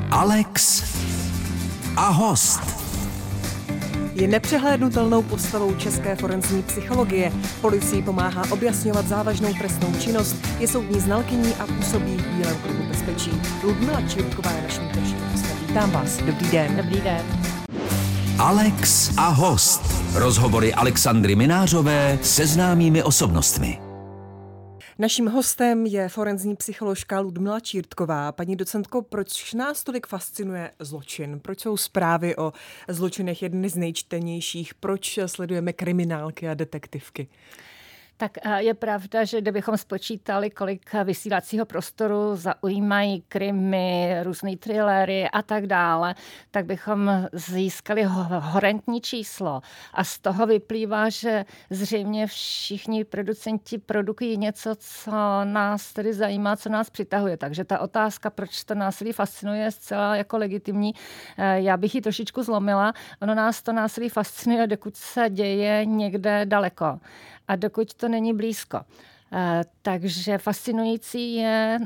Alex a host. Je nepřehlédnutelnou postavou české forenzní psychologie. Policii pomáhá objasňovat závažnou trestnou činnost, je soudní znalkyní a působí v Bílém klubu bezpečí. Ludmila Čirtková je naším dnešním hostem. Vítám vás. Dobrý den. Dobrý den. Alex a host. Rozhovory Alexandry Minářové se známými osobnostmi. Naším hostem je forenzní psycholožka Ludmila Čirtková. Paní docentko, proč nás tolik fascinuje zločin? Proč jsou zprávy o zločinech jedny z nejčtenějších? Proč sledujeme kriminálky a detektivky? Tak je pravda, že kdybychom spočítali, kolik vysílacího prostoru zaujímají krimi, různý thrillery a tak dále, tak bychom získali horentní číslo. A z toho vyplývá, že zřejmě všichni producenti produkují něco, co nás tedy zajímá, co nás přitahuje. Takže ta otázka, proč to násilí fascinuje, je zcela jako legitimní. Já bych ji trošičku zlomila. Ono nás to násilí fascinuje, dokud se děje někde daleko. A dokud to není blízko. Takže fascinující je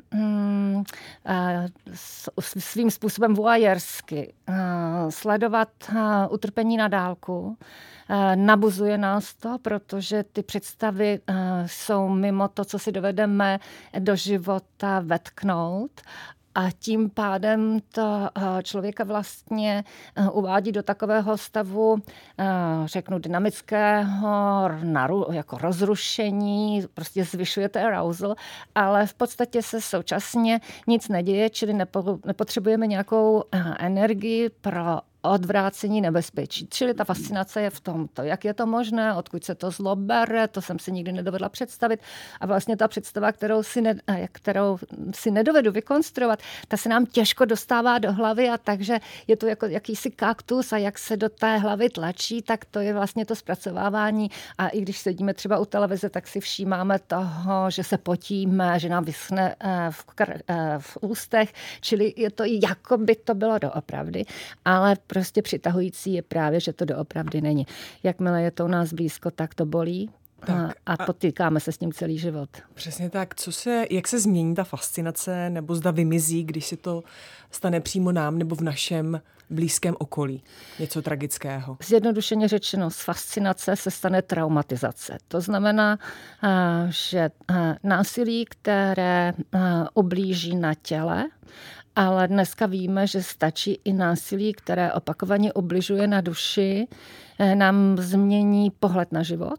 svým způsobem voyersky sledovat utrpení na dálku. Nabuzuje nás to, protože ty představy jsou mimo to, co si dovedeme do života vetknout. A tím pádem to člověka vlastně uvádí do takového stavu, řeknu, dynamického, jako rozrušení, prostě zvyšuje to arousal, ale v podstatě se současně nic neděje, čili nepotřebujeme nějakou energii pro odvrácení nebezpečí. Čili ta fascinace je v tomto. Jak je to možné, odkud se to zlo bere, to jsem si nikdy nedovedla představit. A vlastně ta představa, kterou si nedovedu vykonstruovat, ta se nám těžko dostává do hlavy a takže je to jako jakýsi kaktus a jak se do té hlavy tlačí, tak to je vlastně to zpracovávání. A i když sedíme třeba u televize, tak si všímáme toho, že se potíme, že nám vyschne v ústech, čili je to jako by to bylo doopravdy, ale prostě přitahující je právě, že to doopravdy není. Jakmile je to u nás blízko, tak to bolí a potýkáme se s tím celý život. Přesně tak. Jak se změní ta fascinace nebo zda vymizí, když se to stane přímo nám nebo v našem blízkém okolí? Něco tragického. Zjednodušeně řečeno, z fascinace se stane traumatizace. To znamená, že násilí, které ublíží na těle, ale dneska víme, že stačí i násilí, které opakovaně ubližuje na duši, nám změní pohled na život.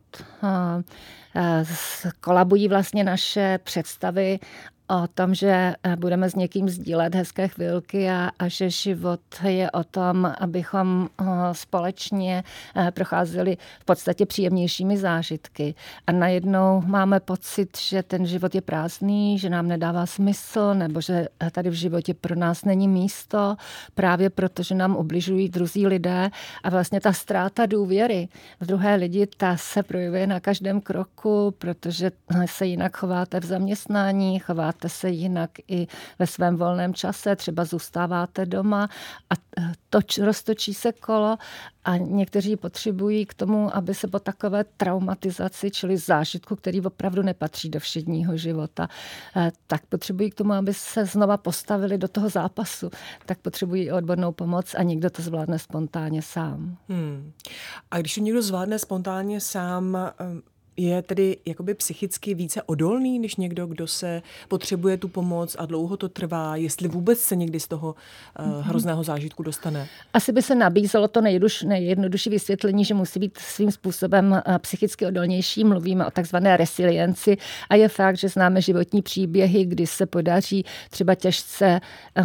Kolabují vlastně naše představy o tom, že budeme s někým sdílet hezké chvilky a že život je o tom, abychom společně procházeli v podstatě příjemnějšími zážitky. A najednou máme pocit, že ten život je prázdný, že nám nedává smysl, nebo že tady v životě pro nás není místo, právě proto, že nám ubližují druzí lidé. A vlastně ta ztráta důvěry v druhé lidi, ta se projevuje na každém kroku, protože se jinak chováte v zaměstnání, chováte se jinak i ve svém volném čase, třeba zůstáváte doma a roztočí se kolo a někteří potřebují k tomu, aby se po takové traumatizaci, čili zážitku, který opravdu nepatří do všedního života, tak potřebují k tomu, aby se znova postavili do toho zápasu, tak potřebují odbornou pomoc a někdo to zvládne spontánně sám. A když to někdo zvládne spontánně sám, je tedy jakoby psychicky více odolný, než někdo, kdo se potřebuje tu pomoc a dlouho to trvá, jestli vůbec se někdy z toho hrozného zážitku dostane? Asi by se nabízelo to nejjednodušší vysvětlení, že musí být svým způsobem psychicky odolnější. Mluvíme o takzvané resilienci a je fakt, že známe životní příběhy, kdy se podaří třeba těžce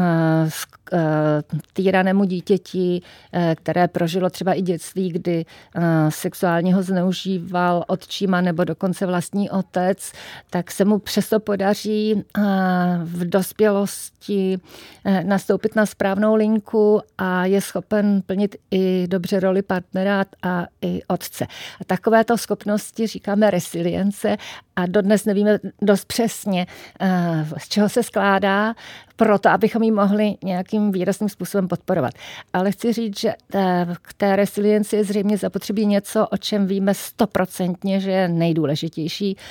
týranému dítěti, které prožilo třeba i dětství, kdy sexuálně ho zneužíval otčíma nebo dokonce vlastní otec, tak se mu přesto podaří v dospělosti nastoupit na správnou linku a je schopen plnit i dobře roli partnera a i otce. A takovéto schopnosti říkáme resilience a dodnes nevíme dost přesně, z čeho se skládá, proto abychom ji mohli nějakým výrazným způsobem podporovat. Ale chci říct, že k té resilienci je zřejmě zapotřebí něco, o čem víme 100%, že je nejdůležitější,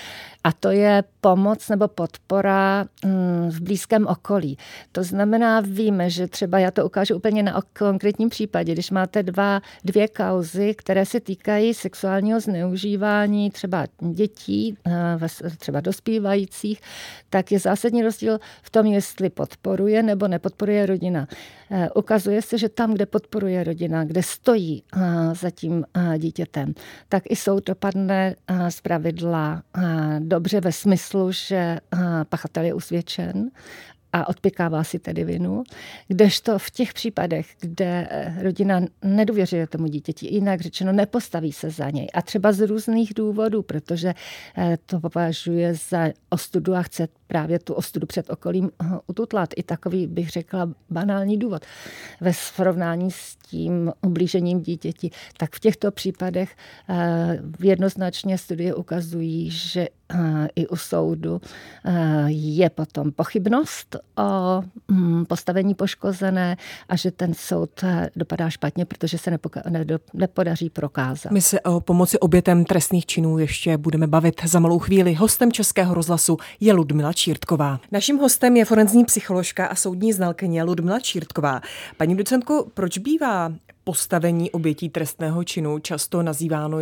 A to je pomoc nebo podpora v blízkém okolí. To znamená, víme, že třeba, já to ukážu úplně na konkrétním případě, když máte dvě kauzy, které se týkají sexuálního zneužívání třeba dětí, třeba dospívajících, tak je zásadní rozdíl v tom, jestli podporuje nebo nepodporuje rodina. Ukazuje se, že tam, kde podporuje rodina, kde stojí za tím dítětem, tak i soud dopadne zpravidla dobře ve smyslu, že pachatel je usvědčen a odpykává si tedy vinu. Kdežto v těch případech, kde rodina nedůvěřuje tomu dítěti, jinak řečeno nepostaví se za něj. A třeba z různých důvodů, protože to považuje za ostudu a chce právě tu ostudu před okolím ututlat. I takový, bych řekla, banální důvod. Ve srovnání s tím ublížením dítěti, tak v těchto případech jednoznačně studie ukazují, že i u soudu je potom pochybnost o postavení poškozené a že ten soud dopadá špatně, protože se nepodaří prokázat. My se o pomoci obětem trestných činů ještě budeme bavit za malou chvíli. Hostem Českého rozhlasu je Ludmila Čírtková. Naším hostem je forenzní psycholožka a soudní znalkyně Ludmila Čírtková. Paní docentko, proč bývá postavení obětí trestného činu často nazýváno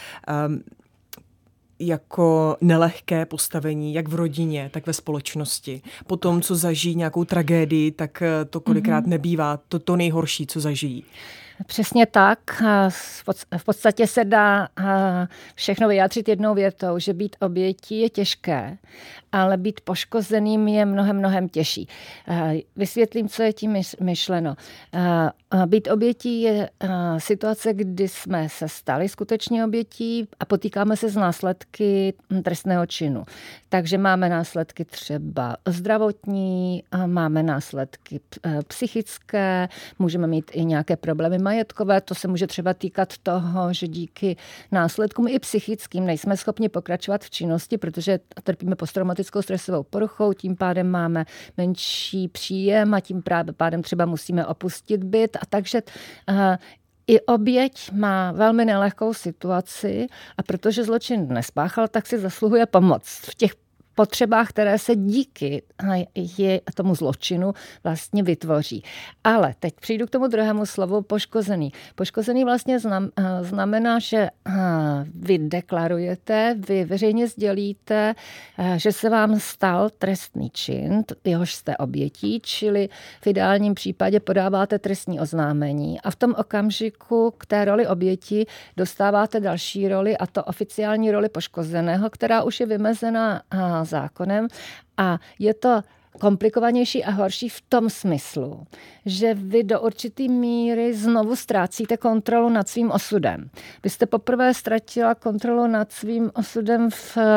jako nelehké postavení, jak v rodině, tak ve společnosti? Po tom, co zažijí nějakou tragédii, tak to kolikrát nebývá to nejhorší, co zažijí. Přesně tak. V podstatě se dá všechno vyjádřit jednou větou, že být obětí je těžké, ale být poškozeným je mnohem těžší. Vysvětlím, co je tím myšleno. Být obětí je situace, kdy jsme se stali skutečně obětí a potýkáme se s následky trestného činu. Takže máme následky třeba zdravotní, máme následky psychické, můžeme mít i nějaké problémy majetkové, to se může třeba týkat toho, že díky následkům i psychickým nejsme schopni pokračovat v činnosti, protože trpíme posttraumatickou stresovou poruchou, tím pádem máme menší příjem a tím pádem třeba musíme opustit byt. A takže i oběť má velmi nelehkou situaci a protože zločin nespáchal, tak si zasluhuje pomoc v těch potřebách, které se díky tomu zločinu vlastně vytvoří. Ale teď přijdu k tomu druhému slovu poškozený. Poškozený vlastně znamená, že vy deklarujete, vy veřejně sdělíte, že se vám stal trestný čin, jehož jste obětí, čili v ideálním případě podáváte trestní oznámení a v tom okamžiku k té roli oběti dostáváte další roli, a to oficiální roli poškozeného, která už je vymezená zákonem a je to komplikovanější a horší v tom smyslu, že vy do určitý míry znovu ztrácíte kontrolu nad svým osudem. Vy jste poprvé ztratila kontrolu nad svým osudem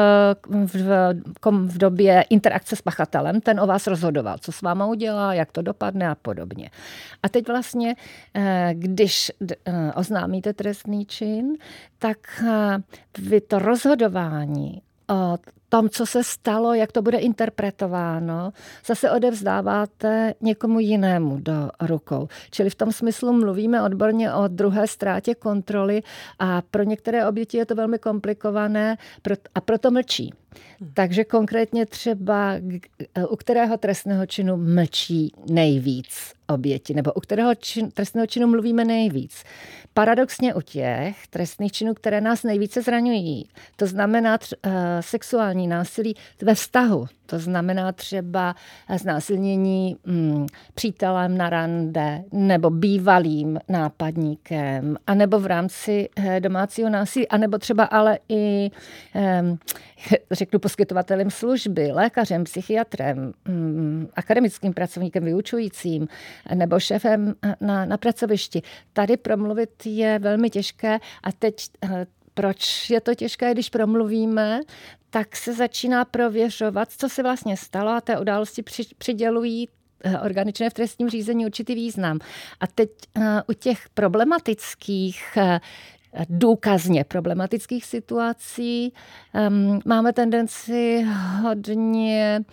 v době interakce s pachatelem. Ten o vás rozhodoval, co s váma udělá, jak to dopadne a podobně. A teď vlastně, když oznámíte trestný čin, tak vy to rozhodování o tom, co se stalo, jak to bude interpretováno, zase odevzdáváte někomu jinému do rukou. Čili v tom smyslu mluvíme odborně o druhé ztrátě kontroly a pro některé oběti je to velmi komplikované a proto mlčí. Takže konkrétně třeba u kterého trestného činu mlčí nejvíc oběti, nebo u kterého trestného činu mluvíme nejvíc. Paradoxně u těch trestných činů, které nás nejvíce zraňují, to znamená sexuální násilí ve vztahu, to znamená třeba znásilnění přítelem na rande, nebo bývalým nápadníkem, anebo v rámci domácího násilí, anebo třeba ale i řeknu poskytovatelem služby, lékařem, psychiatrem, akademickým pracovníkem, vyučujícím nebo šéfem na pracovišti. Tady promluvit je velmi těžké a teď proč je to těžké, když promluvíme, tak se začíná prověřovat, co se vlastně stalo a té události přidělují orgány činné v trestním řízení určitý význam. A teď u těch problematických důkazně problematických situací máme tendenci hodně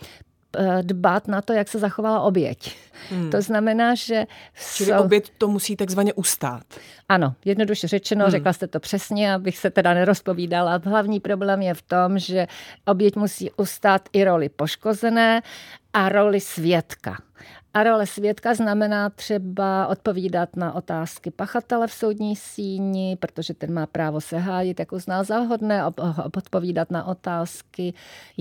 dbat na to, jak se zachovala oběť. To znamená, že... Čili oběť to musí takzvaně ustát. Ano, jednoduše řečeno, řekla jste to přesně, abych se teda nerozpovídala. Hlavní problém je v tom, že oběť musí ustát i roli poškozené a roli svědka. A role svědka znamená třeba odpovídat na otázky pachatele v soudní síni, protože ten má právo se hájit, jak uzná za vhodné, odpovídat na otázky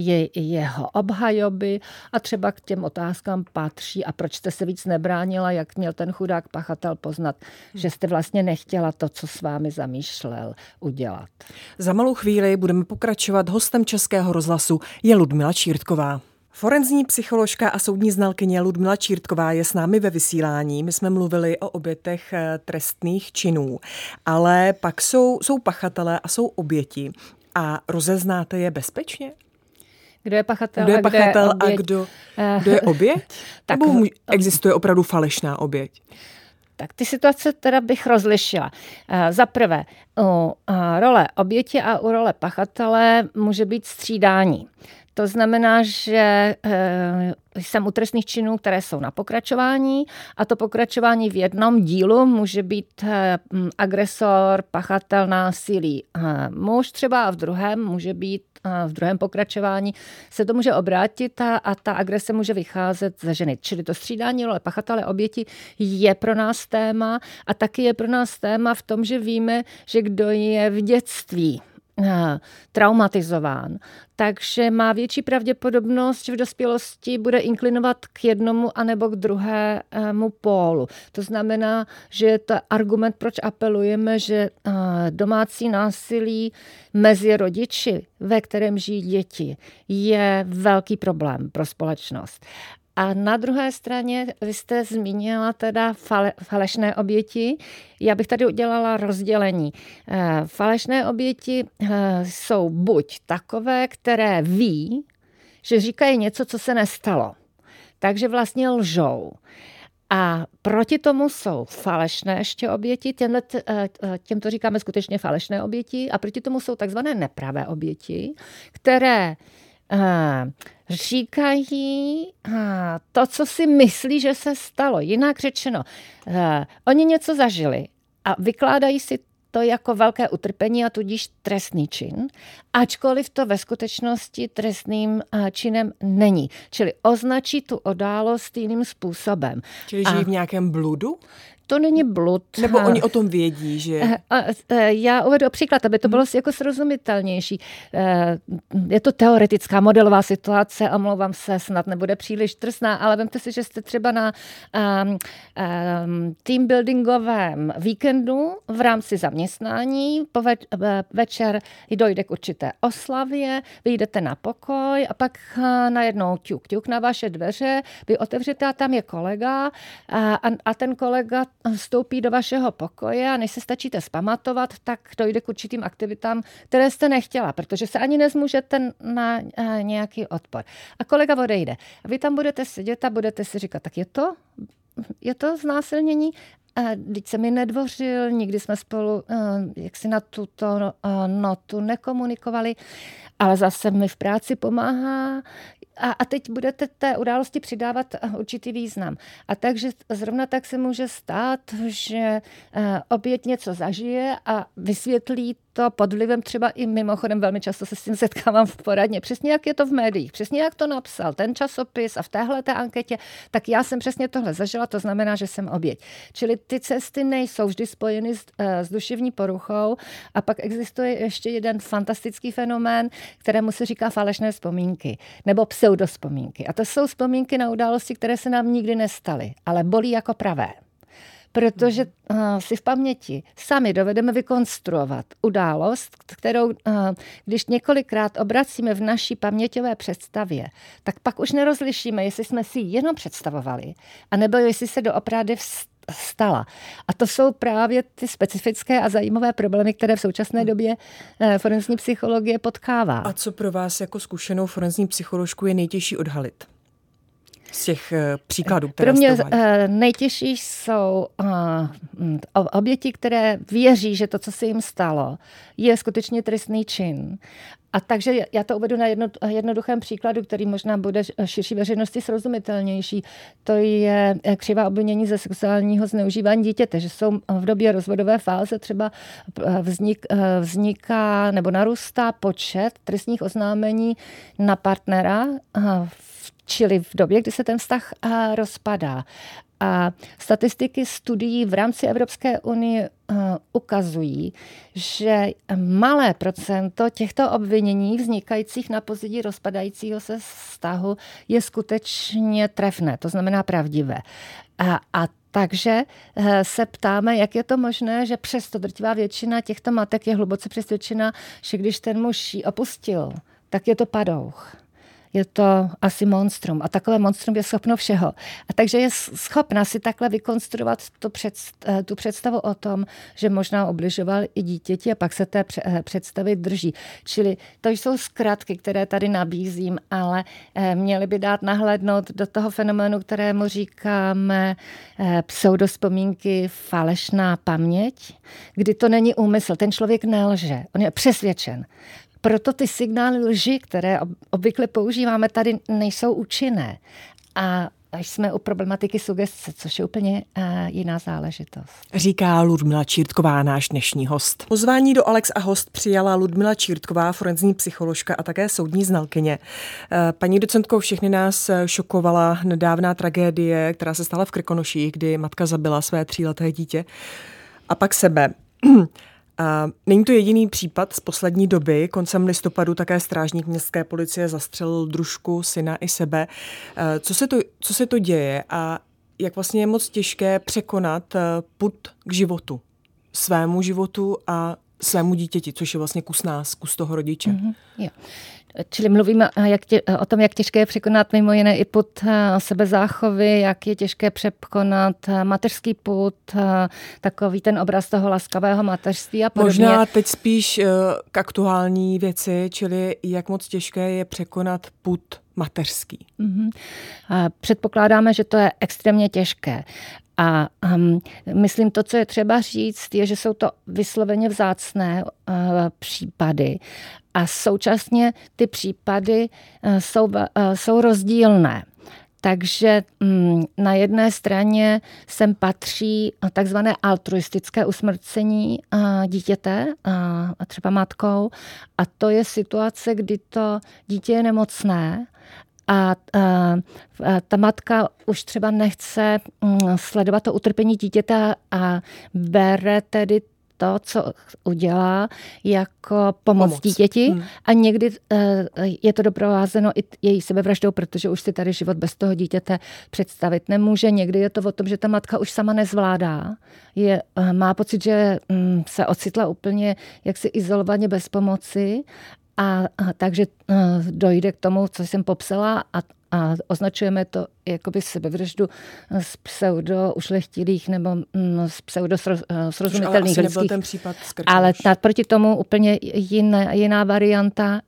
jeho obhajoby a třeba k těm otázkám patří, a proč jste se víc nebránila, jak měl ten chudák pachatel poznat, že jste vlastně nechtěla to, co s vámi zamýšlel udělat. Za malou chvíli budeme pokračovat. Hostem Českého rozhlasu je Ludmila Čírtková. Forenzní psycholožka a soudní znalkyně Ludmila Čírtková je s námi ve vysílání. My jsme mluvili o obětech trestných činů, ale pak jsou pachatelé a jsou oběti. A rozeznáte je bezpečně? Kdo je pachatel, a kdo je oběť? Nebo existuje opravdu falešná oběť? Tak ty situace teda bych rozlišila. Za prvé, u role oběti a u role pachatele může být střídání. To znamená, že jsem u trestných činů, které jsou na pokračování, a to pokračování v jednom dílu může být agresor, pachatel násilí muž třeba, a v druhém může být v druhém pokračování se to může obrátit a ta agrese může vycházet ze ženy. Čili to střídání role pachatele oběti je pro nás téma a taky je pro nás téma v tom, že víme, že kdo je v dětství traumatizován, takže má větší pravděpodobnost, že v dospělosti bude inklinovat k jednomu anebo k druhému pólu. To znamená, že je to argument, proč apelujeme, že domácí násilí mezi rodiči, ve kterém žijí děti, je velký problém pro společnost. A na druhé straně vy jste zmínila teda falešné oběti. Já bych tady udělala rozdělení. Falešné oběti jsou buď takové, které ví, že říkají něco, co se nestalo. Takže vlastně lžou. A proti tomu jsou falešné ještě oběti, těmto říkáme skutečně falešné oběti, a proti tomu jsou takzvané nepravé oběti, které říkají to, co si myslí, že se stalo. Jinak řečeno, oni něco zažili a vykládají si to jako velké utrpení a tudíž trestný čin, ačkoliv to ve skutečnosti trestným činem není. Čili označí tu událost jiným způsobem. Čili žijí v nějakém bludu? To není blud. Nebo oni o tom vědí, že... Já uvedu příklad, aby to bylo jako srozumitelnější. Je to teoretická modelová situace, omlouvám se, snad nebude příliš drsná, ale vemte si, že jste třeba na teambuildingovém víkendu v rámci zaměstnání, večer dojde k určité oslavě, vyjdete na pokoj a pak najednou ťuk na vaše dveře, vy otevřete a tam je kolega a ten kolega vstoupí do vašeho pokoje a než se stačíte zpamatovat, tak dojde k určitým aktivitám, které jste nechtěla, protože se ani nezmůžete na nějaký odpor. A kolega odejde. A vy tam budete sedět a budete si říkat, tak je to znásilnění? Vždyť se mi nedvořil, nikdy jsme spolu jaksi na tuto notu nekomunikovali, ale zase mi v práci pomáhá. A teď budete té události přidávat určitý význam. A takže zrovna tak se může stát, že oběť něco zažije a vysvětlí to pod vlivem třeba i mimochodem, velmi často se s tím setkávám v poradně, přesně jak je to v médiích, přesně jak to napsal ten časopis a v téhleté anketě, tak já jsem přesně tohle zažila, to znamená, že jsem oběť. Čili ty cesty nejsou vždy spojeny s duševní poruchou a pak existuje ještě jeden fantastický fenomén, kterému se říká falešné vzpomínky nebo pseudovzpomínky. A to jsou vzpomínky na události, které se nám nikdy nestaly, ale bolí jako pravé. Protože si v paměti sami dovedeme vykonstruovat událost, kterou, když několikrát obracíme v naší paměťové představě, tak pak už nerozlišíme, jestli jsme si ji jenom představovali, anebo jestli se doopravdy stala. A to jsou právě ty specifické a zajímavé problémy, které v současné době forenzní psychologie potkává. A co pro vás jako zkušenou forenzní psycholožku je nejtěžší odhalit? z těch příkladů, Pro které mě jste uváděli? nejtěžší jsou oběti, které věří, že to, co se jim stalo, je skutečně trestný čin. A takže já to uvedu na jednoduchém příkladu, který možná bude širší veřejnosti srozumitelnější. To je křivá obvinění ze sexuálního zneužívání dítěte, že jsou v době rozvodové fáze třeba vzniká nebo narůstá počet trestních oznámení na partnera, čili v době, kdy se ten vztah rozpadá. A statistiky studií v rámci Evropské unie ukazují, že malé procento těchto obvinění vznikajících na pozadí rozpadajícího se vztahu je skutečně trefné, to znamená pravdivé. A takže se ptáme, jak je to možné, že přesto drtivá většina těchto matek je hluboce přesvědčena, že když ten muž ji opustil, tak je to padouch. Je to asi monstrum. A takové monstrum je schopno všeho. A takže je schopna si takhle vykonstruovat tu představu o tom, že možná obližoval i dítěti a pak se té představy drží. Čili to jsou zkratky, které tady nabízím, ale měly by dát nahlédnout do toho fenoménu, kterému říkáme pseudozpomínky, falešná paměť, kdy to není úmysl. Ten člověk nelže. On je přesvědčen. Proto ty signály lži, které obvykle používáme tady, nejsou účinné. A jsme u problematiky sugestce, což je úplně jiná záležitost. Říká Ludmila Čírtková, náš dnešní host. Pozvání do Alex a host přijala Ludmila Čírtková, forenzní psycholožka a také soudní znalkyně. Paní docentko, všechny nás šokovala nedávná tragédie, která se stala v Krkonoších, kdy matka zabila své 3leté dítě a pak sebe. Není to jediný případ z poslední doby. Koncem listopadu také strážník městské policie zastřelil družku, syna i sebe. Co se to děje a jak vlastně je moc těžké překonat pud k životu, svému životu a svému dítěti, což je vlastně kus nás, kus toho rodiče. Jo. Čili mluvíme o tom, jak těžké je překonat mimo jiné i pud sebezáchovy, jak je těžké překonat mateřský pud, takový ten obraz toho laskavého mateřství a podobně. Možná teď spíš k aktuální věci, čili jak moc těžké je překonat pud mateřský. Předpokládáme, že to je extrémně těžké. A myslím, to, co je třeba říct, je, že jsou to vysloveně vzácné případy a současně ty případy jsou rozdílné. Takže na jedné straně sem patří takzvané altruistické usmrcení dítěte, a třeba matkou, a to je situace, kdy to dítě je nemocné, a ta matka už třeba nechce sledovat to utrpení dítěte a bere tedy to, co udělá, jako pomoc dítěti. A někdy je to doprovázeno i její sebevraždou, protože už si tady život bez toho dítěte představit nemůže. Někdy je to o tom, že ta matka už sama nezvládá. Má pocit, že se ocitla úplně jaksi izolovaně bez pomoci. A takže dojde k tomu, co jsem popsala a označujeme to jakoby sebevraždu z pseudo-ušlechtilých nebo z pseudo-srozumitelných lidských. Ten případ ale proti tomu úplně jiná varianta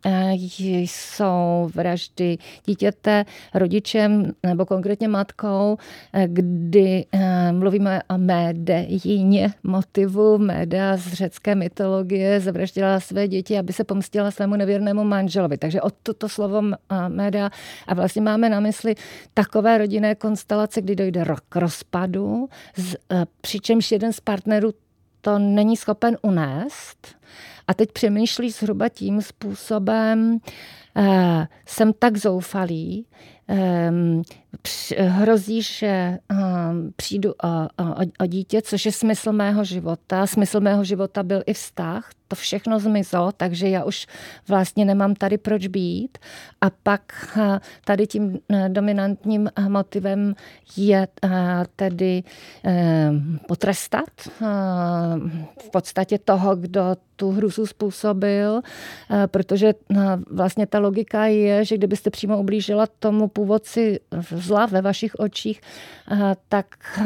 jsou vraždy dítěte rodičem nebo konkrétně matkou, kdy mluvíme o médejině motivu. Méda z řecké mytologie zavraždila své děti, aby se pomstila svému nevěrnému manželovi. Takže od toto slovo méda a vlastně máme na mysli takové rodinné konstelace, kdy dojde k rozpadu, přičemž jeden z partnerů to není schopen unést a teď přemýšlí zhruba tím způsobem, jsem tak zoufalý, hrozí, že přijdu o dítě, což je smysl mého života. Smysl mého života byl i vztah. To všechno zmizelo, takže já už vlastně nemám tady proč být. A pak tady tím dominantním motivem je tedy potrestat v podstatě toho, kdo tu hruzu způsobil, protože vlastně ta logika je, že kdybyste přímo ublížila tomu původci zla ve vašich očích, tak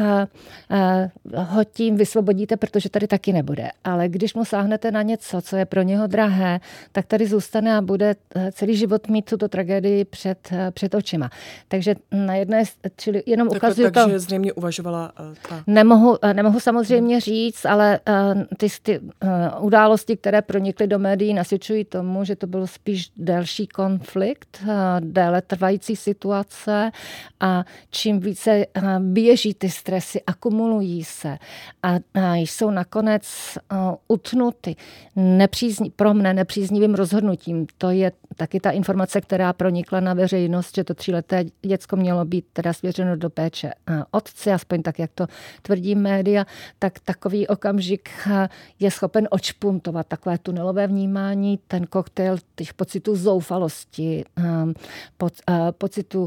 ho tím vysvobodíte, protože tady taky nebude. Ale když mu sáhnete na něco, co je pro něho drahé, tak tady zůstane a bude celý život mít tuto tragédii před očima. Takže na jedné, čili jenom ukazuju to. Takže zřejmě uvažovala ta... Nemohu samozřejmě říct, ale ty události, které pronikly do médií, nasyčují tomu, že to byl spíš delší konflikt, déle trvající situace a čím více běží ty stresy, akumulují se a jsou nakonec utnuty pro mne nepříznivým rozhodnutím. To je taky ta informace, která pronikla na veřejnost, že to 3leté děcko mělo být teda svěřeno do péče otci, aspoň tak, jak to tvrdí média, tak takový okamžik je schopen odšpuntovat takové tunelové vnímání, ten koktejl těch pocitů zoufalosti, pocitu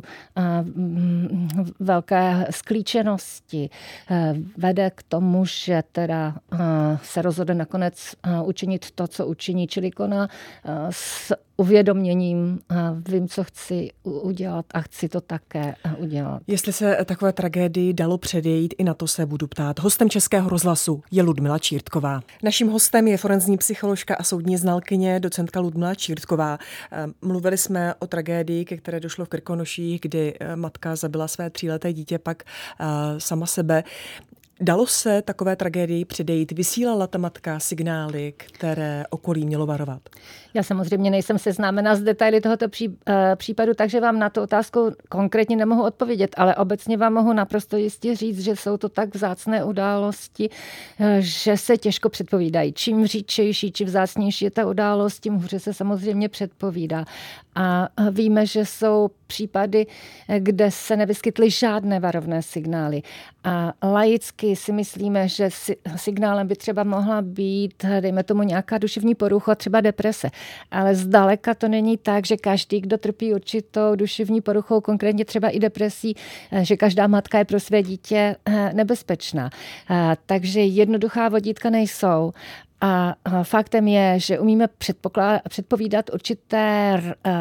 velké sklíčenosti vede k tomu, že teda se rozhodne nakonec učinit to, co učiní, čili koná s uvědoměním, vím, co chci udělat a chci to také udělat. Jestli se takové tragédii dalo předejít, i na to se budu ptát. Hostem Českého rozhlasu je Ludmila Čírtková. Naším hostem je forenzní psycholožka a soudní znalkyně docentka Ludmila Čírtková. Mluvili jsme o tragédii, ke které došlo v Krkonoších, kdy matka zabila své 3leté dítě, pak sama sebe. Dalo se takové tragédii předejít? Vysílala ta matka signály, které okolí mělo varovat? Já samozřejmě nejsem seznámena s detaily tohoto případu, takže vám na tu otázku konkrétně nemohu odpovědět, ale obecně vám mohu naprosto jistě říct, že jsou to tak vzácné události, že se těžko předpovídají. Čím říčejší, čím vzácnější je ta událost, tím hůře se samozřejmě předpovídá. A víme, že jsou případy, kde se nevyskytly žádné varovné signály. A laicky si myslíme, že signálem by třeba mohla být, dejme tomu, nějaká duševní porucha, třeba deprese. Ale zdaleka to není tak, že každý, kdo trpí určitou duševní poruchou, konkrétně třeba i depresí, že každá matka je pro své dítě nebezpečná. Takže jednoduchá vodítka nejsou. A faktem je, že umíme předpovídat určité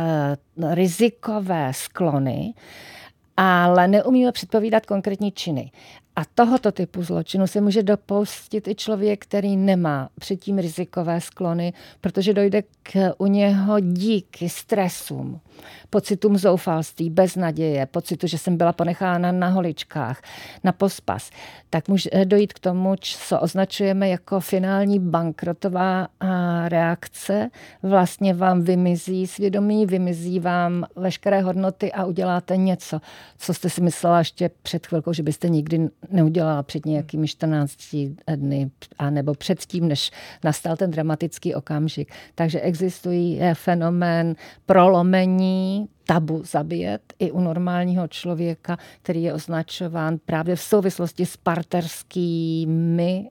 rizikové sklony, ale neumíme předpovídat konkrétní činy. A tohoto typu zločinu se může dopustit i člověk, který nemá předtím rizikové sklony, protože dojde u něho díky stresům, pocitům zoufalství, beznaděje, pocitu, že jsem byla ponechána na holičkách, na pospas, tak může dojít k tomu, co označujeme jako finální bankrotová reakce. Vlastně vám vymizí svědomí, vymizí vám veškeré hodnoty a uděláte něco, co jste si myslela ještě před chvilkou, že byste nikdy neudělala před nějakými 14 dny, anebo předtím, než nastal ten dramatický okamžik. Takže existují fenomén prolomení tabu zabíjet i u normálního člověka, který je označován právě v souvislosti s partnerskými,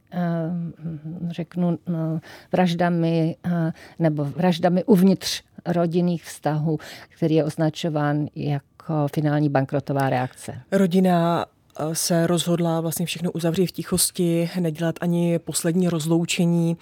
řeknu, vraždami nebo vraždami uvnitř rodinných vztahů, který je označován jako finální bankrotová reakce. Rodina se rozhodla vlastně všechno uzavřít v tichosti, nedělat ani poslední rozloučení.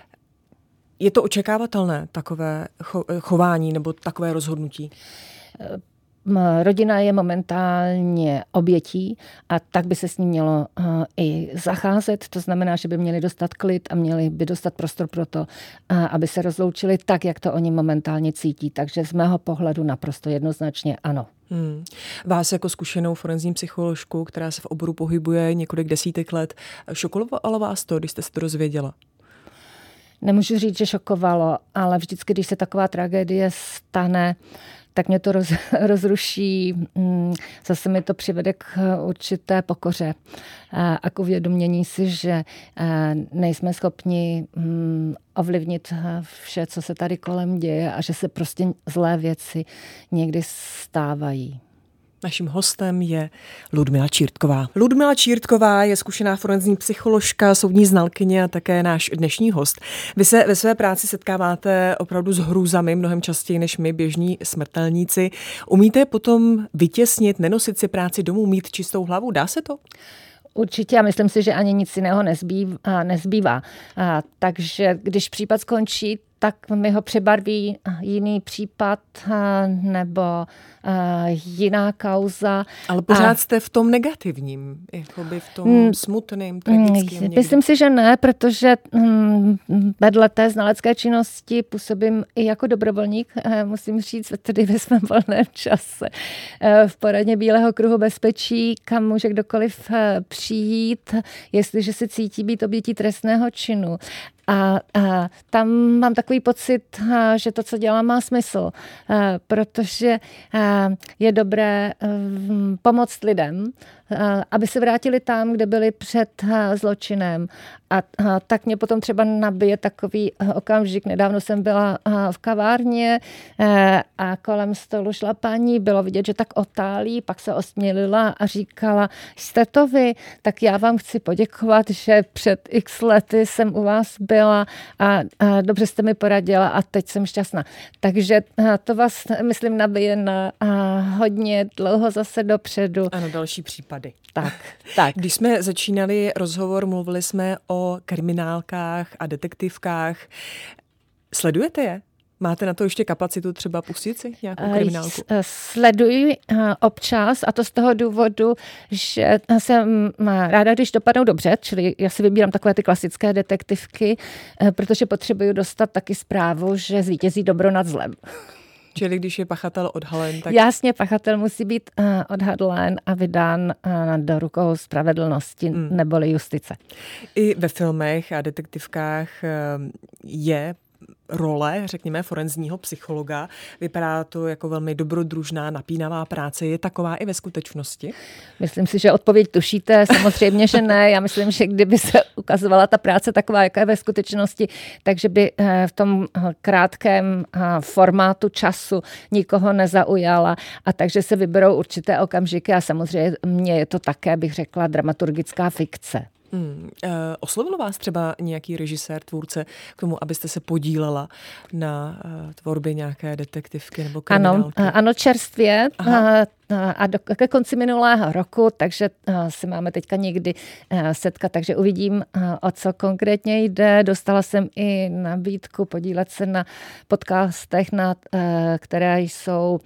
Je to očekávatelné, takové chování nebo takové rozhodnutí? Rodina je momentálně obětí a tak by se s ní mělo i zacházet. To znamená, že by měli dostat klid a měli by dostat prostor pro to, aby se rozloučili tak, jak to oni momentálně cítí. Takže z mého pohledu naprosto jednoznačně ano. Vás jako zkušenou forenzní psycholožku, která se v oboru pohybuje několik desítek let, šokovalo vás to, když jste se to dozvěděla? Nemůžu říct, že šokovalo, ale vždycky, když se taková tragédie stane, tak mě to rozruší. Zase mi to přivede k určité pokoře a k uvědomění si, že nejsme schopni ovlivnit vše, co se tady kolem děje a že se prostě zlé věci někdy stávají. Naším hostem je Ludmila Čírtková. Ludmila Čírtková je zkušená forenzní psycholožka, soudní znalkyně a také náš dnešní host. Vy se ve své práci setkáváte opravdu s hrůzami mnohem častěji než my, běžní smrtelníci. Umíte potom vytěsnit, nenosit si práci domů, mít čistou hlavu? Dá se to? Určitě a myslím si, že ani nic jiného nezbývá. Takže když případ skončí, tak mi ho přebarví jiný případ nebo jiná kauza. Ale pořád jste v tom negativním, jakoby v tom smutným, tragickým. Myslím si, že ne, protože vedle té znalecké činnosti působím i jako dobrovolník, musím říct, tedy ve svém volném čase v poradně Bílého kruhu bezpečí, kam může kdokoliv přijít, jestliže se cítí být obětí trestného činu. A tam mám takový pocit, že to, co dělám, má smysl, protože je dobré pomoct lidem, aby se vrátili tam, kde byli před zločinem. A tak mě potom třeba nabije takový okamžik. Nedávno jsem byla v kavárně a kolem stolu šla paní, bylo vidět, že tak otálí, pak se osmělila a říkala, jste to vy, tak já vám chci poděkovat, že před x lety jsem u vás byla a dobře jste mi poradila a teď jsem šťastná. Takže to vás, myslím, nabije na hodně dlouho zase dopředu. Ano, další případy. Tak. Když jsme začínali rozhovor, mluvili jsme o kriminálkách a detektivkách. Sledujete je? Máte na to ještě kapacitu třeba pustit si nějakou kriminálku? Sleduji občas a to z toho důvodu, že jsem ráda, když dopadnou dobře, čili já si vybírám takové ty klasické detektivky, protože potřebuju dostat taky zprávu, že zvítězí dobro nad zlem. Čili když je pachatel odhalen, tak... Jasně, pachatel musí být odhalen a vydán do rukou spravedlnosti neboli justice. I ve filmech a detektivkách je role, řekněme, forenzního psychologa. Vypadá to jako velmi dobrodružná, napínavá práce. Je taková i ve skutečnosti? Myslím si, že odpověď tušíte. Samozřejmě, že ne. Já myslím, že kdyby se ukazovala ta práce taková, jaká je ve skutečnosti, takže by v tom krátkém formátu času nikoho nezaujala. A takže se vyberou určité okamžiky a samozřejmě je to také, bych řekla, dramaturgická fikce. Oslovil vás třeba nějaký režisér, tvůrce k tomu, abyste se podílela na tvorbě nějaké detektivky nebo kriminálky? Ano, čerstvě. A ke konci minulého roku, takže si máme teďka někdy setkat, takže uvidím, o co konkrétně jde. Dostala jsem i nabídku podílet se na podcastech, které jsou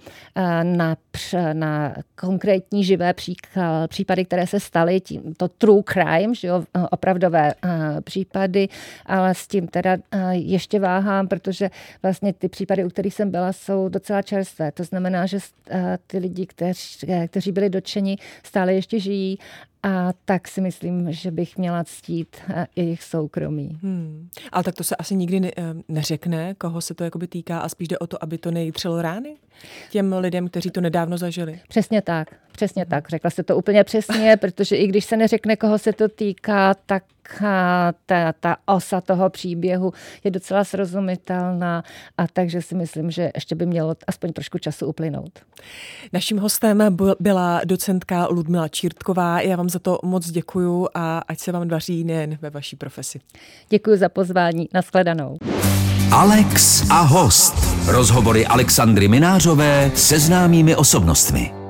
na konkrétní živé případy, které se staly, to true crime, že jo, opravdové případy, ale s tím teda ještě váhám, protože vlastně ty případy, u kterých jsem byla, jsou docela čerstvé. To znamená, že ty lidi, kteří byli dotčeni, stále ještě žijí a tak si myslím, že bych měla ctít jejich soukromí. Ale tak to se asi nikdy neřekne, koho se to jakoby týká a spíš jde o to, aby to nejitřelo rány těm lidem, kteří to nedávno zažili. Přesně tak. Řekla jste to úplně přesně, protože i když se neřekne, koho se to týká, tak ta osa toho příběhu je docela srozumitelná a takže si myslím, že ještě by mělo aspoň trošku času uplynout. Naším hostem byla docentka Ludmila Čírtková. Já vám za to moc děkuju a ať se vám daří nejen ve vaší profesi. Děkuji za pozvání. Nashledanou. Alex a host. Rozhovory Alexandry Minářové se známými osobnostmi.